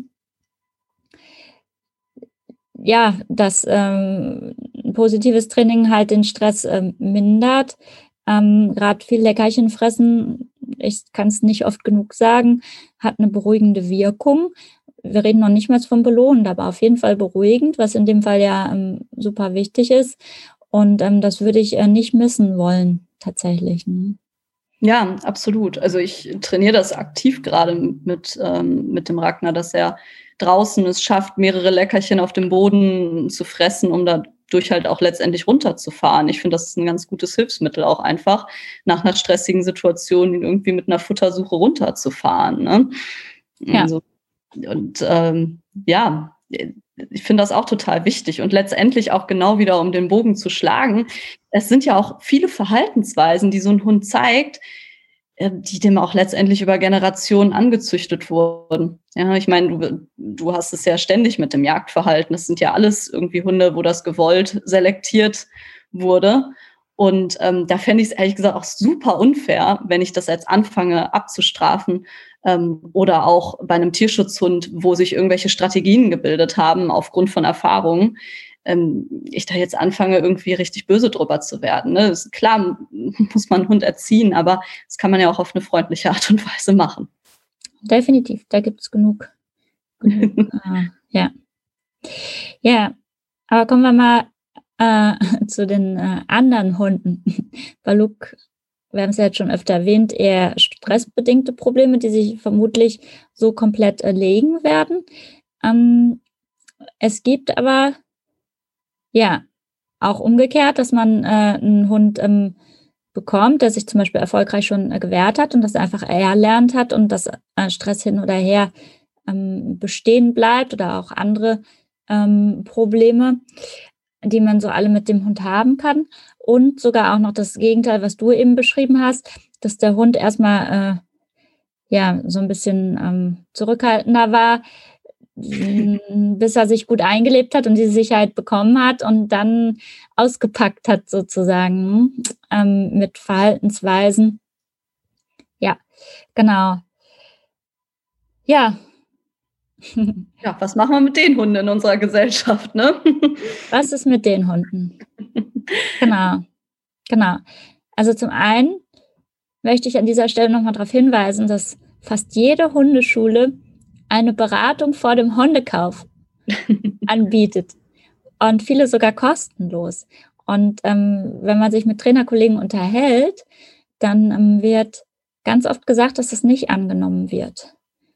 ja, dass ähm, positives Training halt den Stress ähm, mindert. Ähm, Gerade viel Leckerchen fressen, ich kann es nicht oft genug sagen, hat eine beruhigende Wirkung. Wir reden noch nicht mal vom Belohnen, aber auf jeden Fall beruhigend, was in dem Fall ja ähm, super wichtig ist. Und ähm, das würde ich äh, nicht missen wollen, tatsächlich. Ne? Ja, absolut. Also ich trainiere das aktiv gerade mit, ähm, mit dem Ragnar, dass er draußen es schafft, mehrere Leckerchen auf dem Boden zu fressen, um dadurch halt auch letztendlich runterzufahren. Ich finde, das ist ein ganz gutes Hilfsmittel auch einfach, nach einer stressigen Situation ihn irgendwie mit einer Futtersuche runterzufahren. Ne? Ja. Also, und ähm, ja, ich finde das auch total wichtig. Und letztendlich auch genau wieder, um den Bogen zu schlagen, es sind ja auch viele Verhaltensweisen, die so ein Hund zeigt, äh, die dem auch letztendlich über Generationen angezüchtet wurden. Ja, ich meine, du, du hast es ja ständig mit dem Jagdverhalten. Das sind ja alles irgendwie Hunde, wo das gewollt selektiert wurde. Und ähm, da fände ich es ehrlich gesagt auch super unfair, wenn ich das jetzt anfange abzustrafen, ähm, oder auch bei einem Tierschutzhund, wo sich irgendwelche Strategien gebildet haben aufgrund von Erfahrungen, ähm, ich da jetzt anfange, irgendwie richtig böse drüber zu werden. Ne? Ist klar, muss man einen Hund erziehen, aber das kann man ja auch auf eine freundliche Art und Weise machen. Definitiv, da gibt es genug. genug äh, ja. Ja, aber kommen wir mal äh, zu den äh, anderen Hunden. Baluk, wir haben es ja jetzt schon öfter erwähnt, eher stressbedingte Probleme, die sich vermutlich so komplett erlegen werden. Ähm, es gibt aber ja auch umgekehrt, dass man äh, einen Hund ähm, bekommt, der sich zum Beispiel erfolgreich schon äh, gewehrt hat und das einfach erlernt hat und dass äh, Stress hin oder her ähm, bestehen bleibt oder auch andere ähm, Probleme, die man so alle mit dem Hund haben kann. Und sogar auch noch das Gegenteil, was du eben beschrieben hast, dass der Hund erstmal äh, ja so ein bisschen ähm, zurückhaltender war, bis er sich gut eingelebt hat und die Sicherheit bekommen hat und dann ausgepackt hat sozusagen ähm, mit Verhaltensweisen. Ja, genau. Ja. Ja, was machen wir mit den Hunden in unserer Gesellschaft, ne? Was ist mit den Hunden? Genau, genau. Also zum einen möchte ich an dieser Stelle nochmal darauf hinweisen, dass fast jede Hundeschule eine Beratung vor dem Hundekauf anbietet und viele sogar kostenlos. Und ähm, wenn man sich mit Trainerkollegen unterhält, dann ähm, wird ganz oft gesagt, dass das nicht angenommen wird.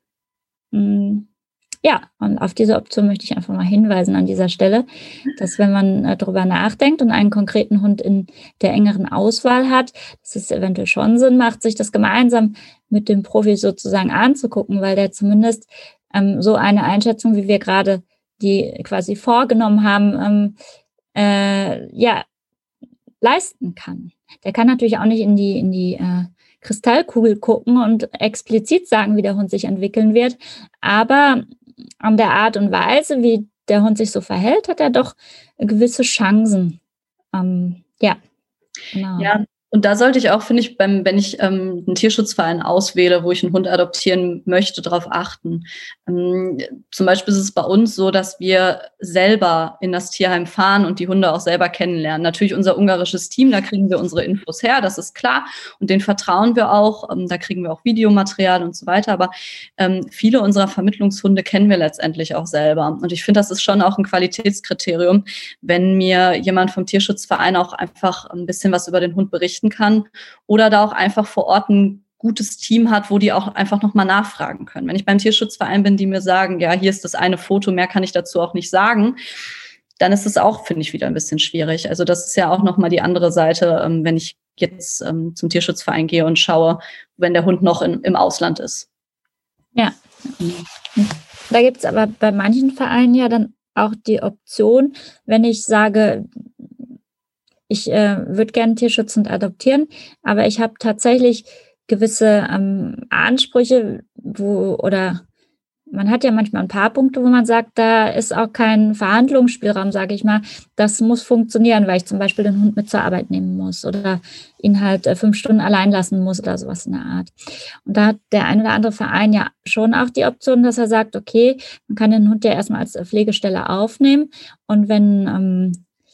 Mm, ja, und auf diese Option möchte ich einfach mal hinweisen an dieser Stelle, dass wenn man äh, darüber nachdenkt und einen konkreten Hund in der engeren Auswahl hat, dass es eventuell schon Sinn macht, sich das gemeinsam mit dem Profi sozusagen anzugucken, weil der zumindest ähm, so eine Einschätzung, wie wir gerade die quasi vorgenommen haben, ähm, äh, ja, leisten kann. Der kann natürlich auch nicht in die, in die äh, Kristallkugel gucken und explizit sagen, wie der Hund sich entwickeln wird, aber an der Art und Weise, wie der Hund sich so verhält, hat er doch gewisse Chancen. Ähm, ja, genau. Ja, und da sollte ich auch, finde ich, beim, wenn ich ähm, einen Tierschutzverein auswähle, wo ich einen Hund adoptieren möchte, darauf achten. Ähm, zum Beispiel ist es bei uns so, dass wir selber in das Tierheim fahren und die Hunde auch selber kennenlernen. Natürlich unser ungarisches Team, da kriegen wir unsere Infos her, das ist klar. Und denen vertrauen wir auch. Ähm, da kriegen wir auch Videomaterial und so weiter. Aber ähm, viele unserer Vermittlungshunde kennen wir letztendlich auch selber. Und ich finde, das ist schon auch ein Qualitätskriterium, wenn mir jemand vom Tierschutzverein auch einfach ein bisschen was über den Hund berichten kann oder da auch einfach vor Ort ein gutes Team hat, wo die auch einfach nochmal nachfragen können. Wenn ich beim Tierschutzverein bin, die mir sagen, ja, hier ist das eine Foto, mehr kann ich dazu auch nicht sagen, dann ist es auch, finde ich, wieder ein bisschen schwierig. Also das ist ja auch nochmal die andere Seite, wenn ich jetzt zum Tierschutzverein gehe und schaue, wenn der Hund noch in, im Ausland ist. Ja, da gibt es aber bei manchen Vereinen ja dann auch die Option, wenn ich sage, ich äh, würde gerne Tierschutz und adoptieren, aber ich habe tatsächlich gewisse ähm, Ansprüche, wo, oder man hat ja manchmal ein paar Punkte, wo man sagt, da ist auch kein Verhandlungsspielraum, sage ich mal. Das muss funktionieren, weil ich zum Beispiel den Hund mit zur Arbeit nehmen muss oder ihn halt äh, fünf Stunden allein lassen muss oder sowas in der Art. Und da hat der ein oder andere Verein ja schon auch die Option, dass er sagt, okay, man kann den Hund ja erstmal als Pflegestelle aufnehmen und wenn ähm,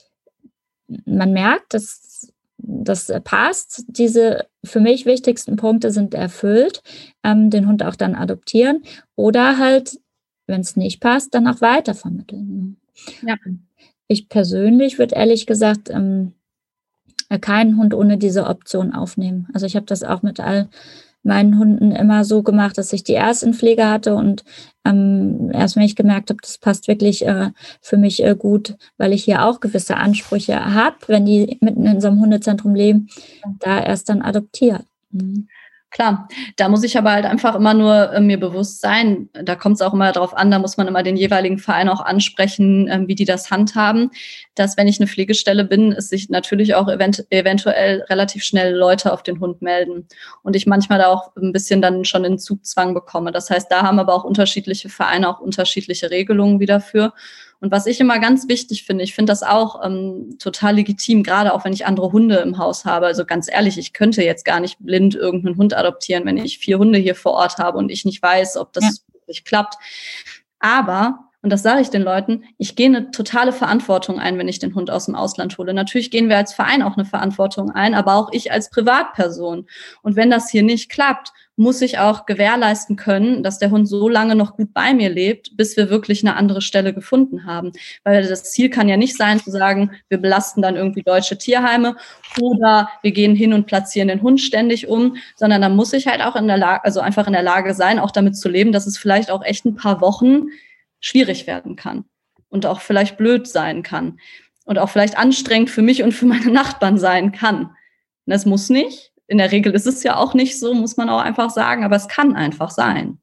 man merkt, dass das passt, diese für mich wichtigsten Punkte sind erfüllt, ähm, den Hund auch dann adoptieren oder halt, wenn es nicht passt, dann auch weitervermitteln. Ja. Ich persönlich würde ehrlich gesagt ähm, keinen Hund ohne diese Option aufnehmen. Also ich habe das auch mit all meinen Hunden immer so gemacht, dass ich die erst in Pflege hatte und ähm, erst wenn ich gemerkt habe, das passt wirklich äh, für mich äh, gut, weil ich hier auch gewisse Ansprüche habe, wenn die mitten in so einem Hundezentrum leben, da erst dann adoptiert. Mhm. Klar, da muss ich aber halt einfach immer nur äh, mir bewusst sein, da kommt es auch immer darauf an, da muss man immer den jeweiligen Verein auch ansprechen, ähm, wie die das handhaben, dass wenn ich eine Pflegestelle bin, es sich natürlich auch event- eventuell relativ schnell Leute auf den Hund melden und ich manchmal da auch ein bisschen dann schon in Zugzwang bekomme. Das heißt, da haben aber auch unterschiedliche Vereine auch unterschiedliche Regelungen wieder für. Und was ich immer ganz wichtig finde, ich finde das auch ähm, total legitim, gerade auch wenn ich andere Hunde im Haus habe. Also ganz ehrlich, ich könnte jetzt gar nicht blind irgendeinen Hund adoptieren, wenn ich vier Hunde hier vor Ort habe und ich nicht weiß, ob das ja. wirklich klappt. Aber, und das sage ich den Leuten, ich gehe eine totale Verantwortung ein, wenn ich den Hund aus dem Ausland hole. Natürlich gehen wir als Verein auch eine Verantwortung ein, aber auch ich als Privatperson. Und wenn das hier nicht klappt, muss ich auch gewährleisten können, dass der Hund so lange noch gut bei mir lebt, bis wir wirklich eine andere Stelle gefunden haben. Weil das Ziel kann ja nicht sein, zu sagen, wir belasten dann irgendwie deutsche Tierheime oder wir gehen hin und platzieren den Hund ständig um, sondern da muss ich halt auch in der Lage, also einfach in der Lage sein, auch damit zu leben, dass es vielleicht auch echt ein paar Wochen schwierig werden kann und auch vielleicht blöd sein kann und auch vielleicht anstrengend für mich und für meine Nachbarn sein kann. Und das muss nicht. In der Regel ist es ja auch nicht so, muss man auch einfach sagen, aber es kann einfach sein.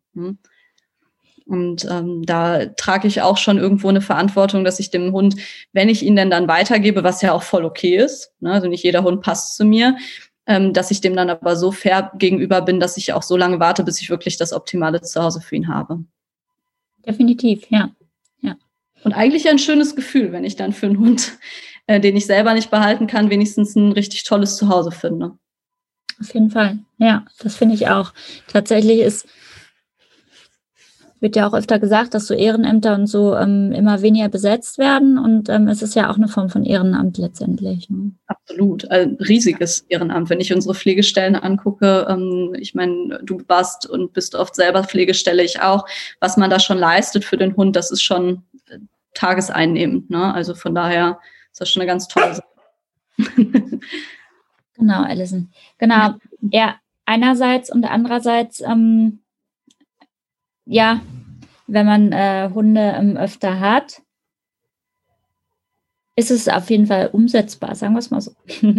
Und ähm, da trage ich auch schon irgendwo eine Verantwortung, dass ich dem Hund, wenn ich ihn denn dann weitergebe, was ja auch voll okay ist, ne, also nicht jeder Hund passt zu mir, ähm, dass ich dem dann aber so fair gegenüber bin, dass ich auch so lange warte, bis ich wirklich das optimale Zuhause für ihn habe. Definitiv, ja. ja. Und eigentlich ein schönes Gefühl, wenn ich dann für einen Hund, äh, den ich selber nicht behalten kann, wenigstens ein richtig tolles Zuhause finde. Auf jeden Fall, ja, das finde ich auch. Tatsächlich ist, wird ja auch öfter gesagt, dass so Ehrenämter und so ähm, immer weniger besetzt werden und ähm, es ist ja auch eine Form von Ehrenamt letztendlich. Ne? Absolut, ein riesiges Ehrenamt. Wenn ich unsere Pflegestellen angucke, ähm, ich meine, du warst und bist oft selber Pflegestelle, ich auch, was man da schon leistet für den Hund, das ist schon äh, tageseinnehmend. Ne? Also von daher ist das schon eine ganz tolle Sache. Genau, Alison. Genau, ja, einerseits und andererseits, ähm, ja, wenn man äh, Hunde ähm, öfter hat, ist es auf jeden Fall umsetzbar, sagen wir es mal so.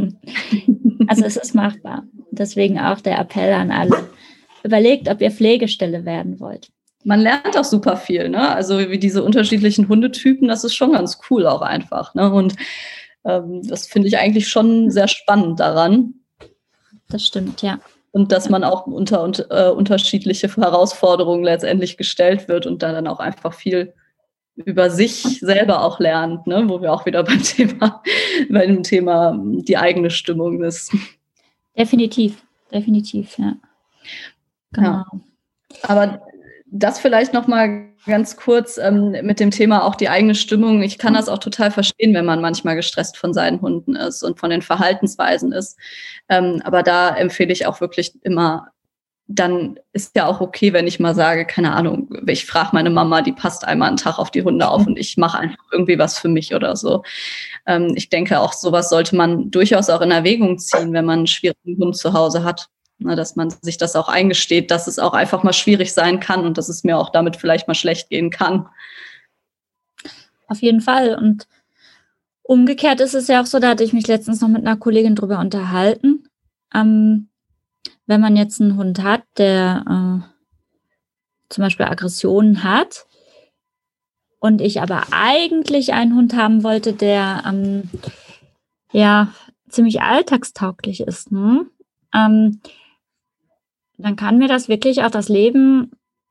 Also es ist machbar. Deswegen auch der Appell an alle. Überlegt, ob ihr Pflegestelle werden wollt. Man lernt auch super viel, ne? Also wie diese unterschiedlichen Hundetypen, das ist schon ganz cool auch einfach, ne? Und das finde ich eigentlich schon sehr spannend daran. Das stimmt, ja. Und dass man auch unter und, äh, unterschiedliche Herausforderungen letztendlich gestellt wird und da dann auch einfach viel über sich selber auch lernt, ne? Wo wir auch wieder beim Thema, bei dem Thema die eigene Stimmung ist. Definitiv, definitiv, ja. Genau. Ja. Aber das vielleicht noch mal ganz kurz ähm, mit dem Thema auch die eigene Stimmung. Ich kann das auch total verstehen, wenn man manchmal gestresst von seinen Hunden ist und von den Verhaltensweisen ist. Ähm, aber da empfehle ich auch wirklich immer, dann ist ja auch okay, wenn ich mal sage, keine Ahnung, ich frage meine Mama, die passt einmal einen Tag auf die Hunde auf und ich mache einfach irgendwie was für mich oder so. Ähm, ich denke, auch sowas sollte man durchaus auch in Erwägung ziehen, wenn man einen schwierigen Hund zu Hause hat. Dass man sich das auch eingesteht, dass es auch einfach mal schwierig sein kann und dass es mir auch damit vielleicht mal schlecht gehen kann. Auf jeden Fall. Und umgekehrt ist es ja auch so, da hatte ich mich letztens noch mit einer Kollegin drüber unterhalten. Ähm, wenn man jetzt einen Hund hat, der äh, zum Beispiel Aggressionen hat und ich aber eigentlich einen Hund haben wollte, der ähm, ja ziemlich alltagstauglich ist, ne? Ähm, dann kann mir das wirklich auch das Leben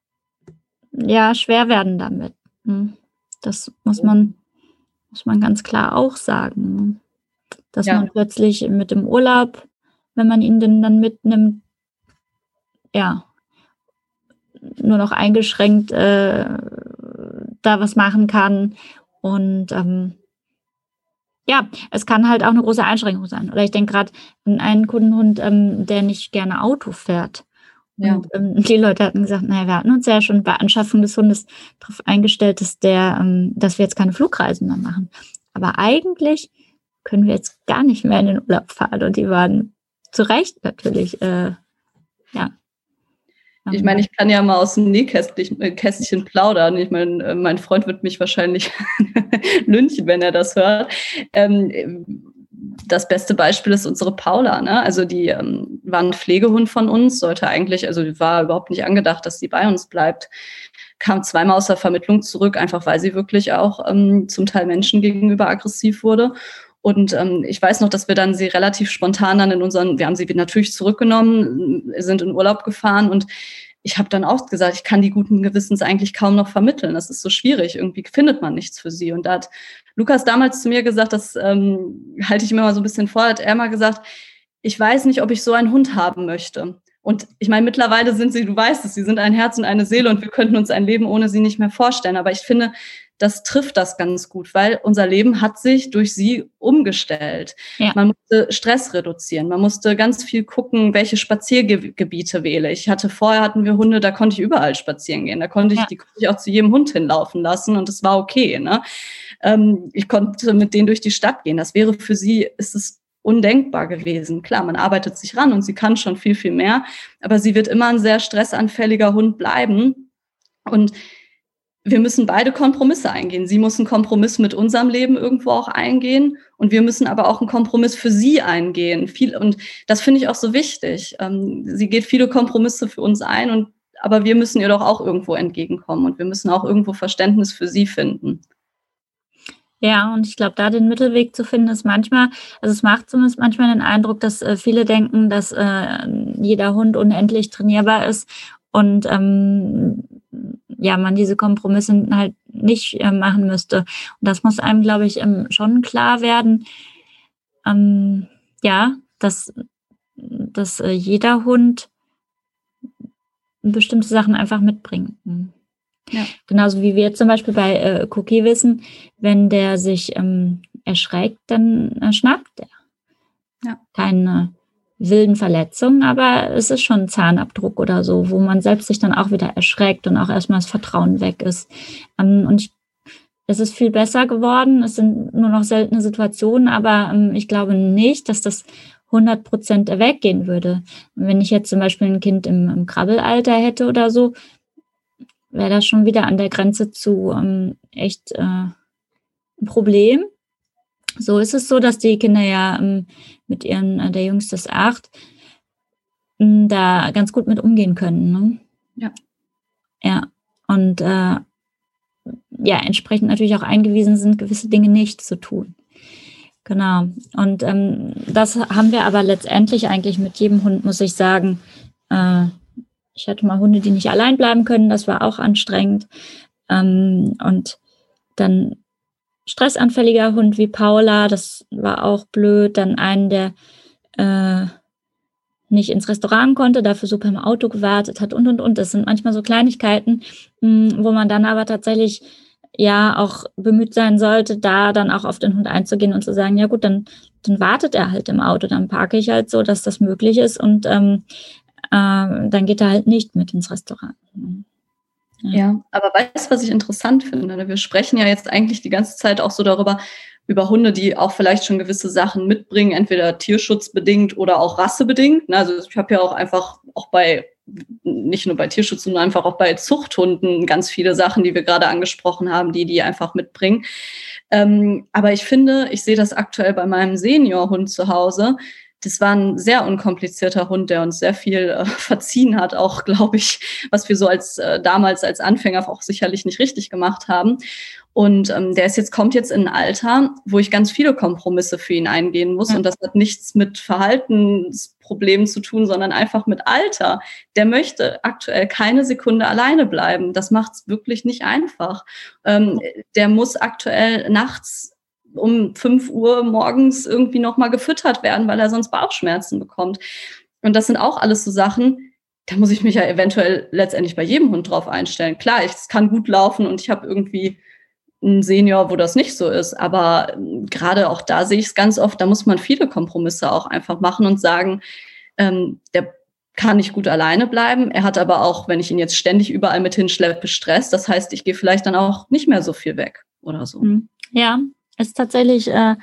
ja schwer werden damit. Das muss man, muss man ganz klar auch sagen. Dass ja. man plötzlich mit dem Urlaub, wenn man ihn denn dann mitnimmt, ja, nur noch eingeschränkt äh, da was machen kann. Und ähm, ja, es kann halt auch eine große Einschränkung sein. Oder ich denke gerade an einen Kundenhund, ähm, der nicht gerne Auto fährt. Ja. Und ähm, die Leute hatten gesagt, naja, wir hatten uns ja schon bei Anschaffung des Hundes darauf eingestellt, dass, der, ähm, dass wir jetzt keine Flugreisen mehr machen. Aber eigentlich können wir jetzt gar nicht mehr in den Urlaub fahren. Und die waren zu Recht natürlich, äh, ja. Ich meine, ich kann ja mal aus dem Nähkästchen plaudern. Ich meine, mein Freund wird mich wahrscheinlich lynchen, wenn er das hört. Ähm, das beste Beispiel ist unsere Paula, ne? Also die ähm, war ein Pflegehund von uns, sollte eigentlich, also war überhaupt nicht angedacht, dass sie bei uns bleibt. Kam zweimal aus der Vermittlung zurück, einfach weil sie wirklich auch ähm, zum Teil Menschen gegenüber aggressiv wurde. Und ähm, ich weiß noch, dass wir dann sie relativ spontan dann in unseren, wir haben sie natürlich zurückgenommen, sind in Urlaub gefahren und ich habe dann auch gesagt, ich kann die guten Gewissens eigentlich kaum noch vermitteln. Das ist so schwierig. Irgendwie findet man nichts für sie. Und da hat Lukas damals zu mir gesagt, das ähm, halte ich mir mal so ein bisschen vor, hat er mal gesagt, ich weiß nicht, ob ich so einen Hund haben möchte. Und ich meine, mittlerweile sind sie, du weißt es, sie sind ein Herz und eine Seele und wir könnten uns ein Leben ohne sie nicht mehr vorstellen. Aber ich finde, das trifft das ganz gut, weil unser Leben hat sich durch sie umgestellt. Ja. Man musste Stress reduzieren, man musste ganz viel gucken, welche Spaziergebiete wähle ich. Ich hatte vorher hatten wir Hunde, da konnte ich überall spazieren gehen, da konnte ich, ja. die konnte ich auch zu jedem Hund hinlaufen lassen und das war okay. Ne? Ähm, ich konnte mit denen durch die Stadt gehen. Das wäre für sie, ist es undenkbar gewesen. Klar, man arbeitet sich ran und sie kann schon viel, viel mehr, aber sie wird immer ein sehr stressanfälliger Hund bleiben und wir müssen beide Kompromisse eingehen. Sie muss einen Kompromiss mit unserem Leben irgendwo auch eingehen und wir müssen aber auch einen Kompromiss für sie eingehen. Viel, und das finde ich auch so wichtig. Ähm, sie geht viele Kompromisse für uns ein, und aber wir müssen ihr doch auch irgendwo entgegenkommen und wir müssen auch irgendwo Verständnis für sie finden. Ja, und ich glaube, da den Mittelweg zu finden, ist manchmal, also es macht zumindest manchmal den Eindruck, dass äh, viele denken, dass äh, jeder Hund unendlich trainierbar ist und ähm, ja, man diese Kompromisse halt nicht äh, machen müsste. Und das muss einem, glaube ich, ähm, schon klar werden, ähm, ja, dass, dass äh, jeder Hund bestimmte Sachen einfach mitbringt. Ja. Genauso wie wir zum Beispiel bei äh, Cookie wissen, wenn der sich ähm, erschreckt, dann äh, schnappt er. Ja. Keine wilden Verletzungen, aber es ist schon ein Zahnabdruck oder so, wo man selbst sich dann auch wieder erschreckt und auch erstmal das Vertrauen weg ist. Ähm, und ich, es ist viel besser geworden. Es sind nur noch seltene Situationen, aber ähm, ich glaube nicht, dass das hundert Prozent weggehen würde. Wenn ich jetzt zum Beispiel ein Kind im, im Krabbelalter hätte oder so, wäre das schon wieder an der Grenze zu ähm, echt äh, ein Problem. So ist es so, dass die Kinder ja ähm, mit ihren, äh, der Jüngste ist acht, ähm, da ganz gut mit umgehen können. Ne? Ja. Ja, und äh, ja, entsprechend natürlich auch eingewiesen sind, gewisse Dinge nicht zu tun. Genau. Und ähm, das haben wir aber letztendlich eigentlich mit jedem Hund, muss ich sagen. Äh, ich hatte mal Hunde, die nicht allein bleiben können, das war auch anstrengend. Ähm, und dann stressanfälliger Hund wie Paula, das war auch blöd. Dann einen, der äh, nicht ins Restaurant konnte, dafür super im Auto gewartet hat und, und, und. Das sind manchmal so Kleinigkeiten, mh, wo man dann aber tatsächlich ja auch bemüht sein sollte, da dann auch auf den Hund einzugehen und zu sagen, ja gut, dann, dann wartet er halt im Auto, dann parke ich halt so, dass das möglich ist und ähm, äh, dann geht er halt nicht mit ins Restaurant. Ja. ja, aber weißt du, was ich interessant finde? Wir sprechen ja jetzt eigentlich die ganze Zeit auch so darüber, über Hunde, die auch vielleicht schon gewisse Sachen mitbringen, entweder tierschutzbedingt oder auch rassebedingt. Also ich habe ja auch einfach auch bei, nicht nur bei Tierschutz, sondern einfach auch bei Zuchthunden ganz viele Sachen, die wir gerade angesprochen haben, die die einfach mitbringen. Ähm, aber ich finde, ich sehe das aktuell bei meinem Seniorhund zu Hause. Das war ein sehr unkomplizierter Hund, der uns sehr viel äh, verziehen hat, auch, glaube ich, was wir so als äh, damals als Anfänger auch sicherlich nicht richtig gemacht haben. Und ähm, der ist jetzt kommt jetzt in ein Alter, wo ich ganz viele Kompromisse für ihn eingehen muss. Ja. Und das hat nichts mit Verhaltensproblemen zu tun, sondern einfach mit Alter. Der möchte aktuell keine Sekunde alleine bleiben. Das macht es wirklich nicht einfach. Ähm, der muss aktuell nachts um fünf Uhr morgens irgendwie nochmal gefüttert werden, weil er sonst Bauchschmerzen bekommt. Und das sind auch alles so Sachen, da muss ich mich ja eventuell letztendlich bei jedem Hund drauf einstellen. Klar, es kann gut laufen und ich habe irgendwie einen Senior, wo das nicht so ist. Aber gerade auch da sehe ich es ganz oft, da muss man viele Kompromisse auch einfach machen und sagen, ähm, der kann nicht gut alleine bleiben. Er hat aber auch, wenn ich ihn jetzt ständig überall mit hinschleppe, Stress. Das heißt, ich gehe vielleicht dann auch nicht mehr so viel weg oder so. Ja, ist tatsächlich äh,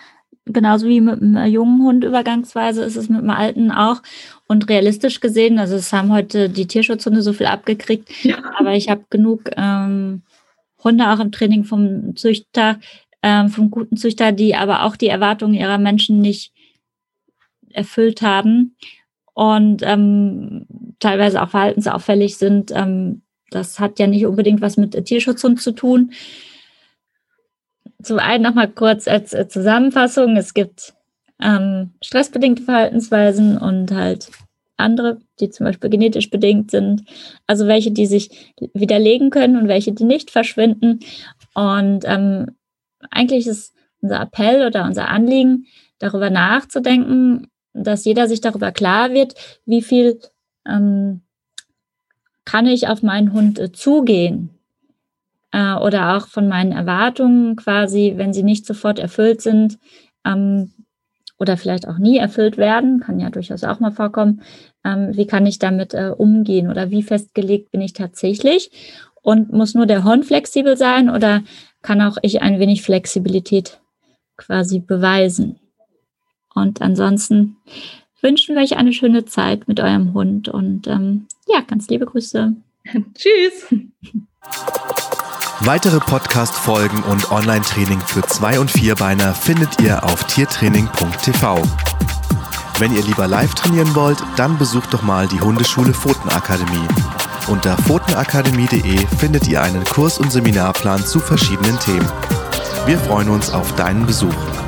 genauso wie mit einem jungen Hund übergangsweise ist es mit einem alten auch. Und realistisch gesehen, also es haben heute die Tierschutzhunde so viel abgekriegt, ja. aber ich habe genug ähm, Hunde auch im Training vom Züchter, ähm, vom guten Züchter, die aber auch die Erwartungen ihrer Menschen nicht erfüllt haben und ähm, teilweise auch verhaltensauffällig sind. Ähm, das hat ja nicht unbedingt was mit Tierschutzhund zu tun. Zum einen nochmal kurz als äh, Zusammenfassung. Es gibt ähm, stressbedingte Verhaltensweisen und halt andere, die zum Beispiel genetisch bedingt sind. Also welche, die sich widerlegen können und welche, die nicht verschwinden. Und ähm, eigentlich ist unser Appell oder unser Anliegen, darüber nachzudenken, dass jeder sich darüber klar wird, wie viel ähm, kann ich auf meinen Hund äh, zugehen äh, oder auch von meinen Erwartungen quasi, wenn sie nicht sofort erfüllt sind ähm, oder vielleicht auch nie erfüllt werden, kann ja durchaus auch mal vorkommen, ähm, wie kann ich damit äh, umgehen oder wie festgelegt bin ich tatsächlich und muss nur der Hund flexibel sein oder kann auch ich ein wenig Flexibilität quasi beweisen. Und ansonsten wünschen wir euch eine schöne Zeit mit eurem Hund und ähm, ja, ganz liebe Grüße. Tschüss. Weitere Podcast-Folgen und Online-Training für Zwei- und Vierbeiner findet ihr auf tiertraining punkt t v. Wenn ihr lieber live trainieren wollt, dann besucht doch mal die Hundeschule Pfotenakademie. Unter pfotenakademie punkt de findet ihr einen Kurs- und Seminarplan zu verschiedenen Themen. Wir freuen uns auf deinen Besuch.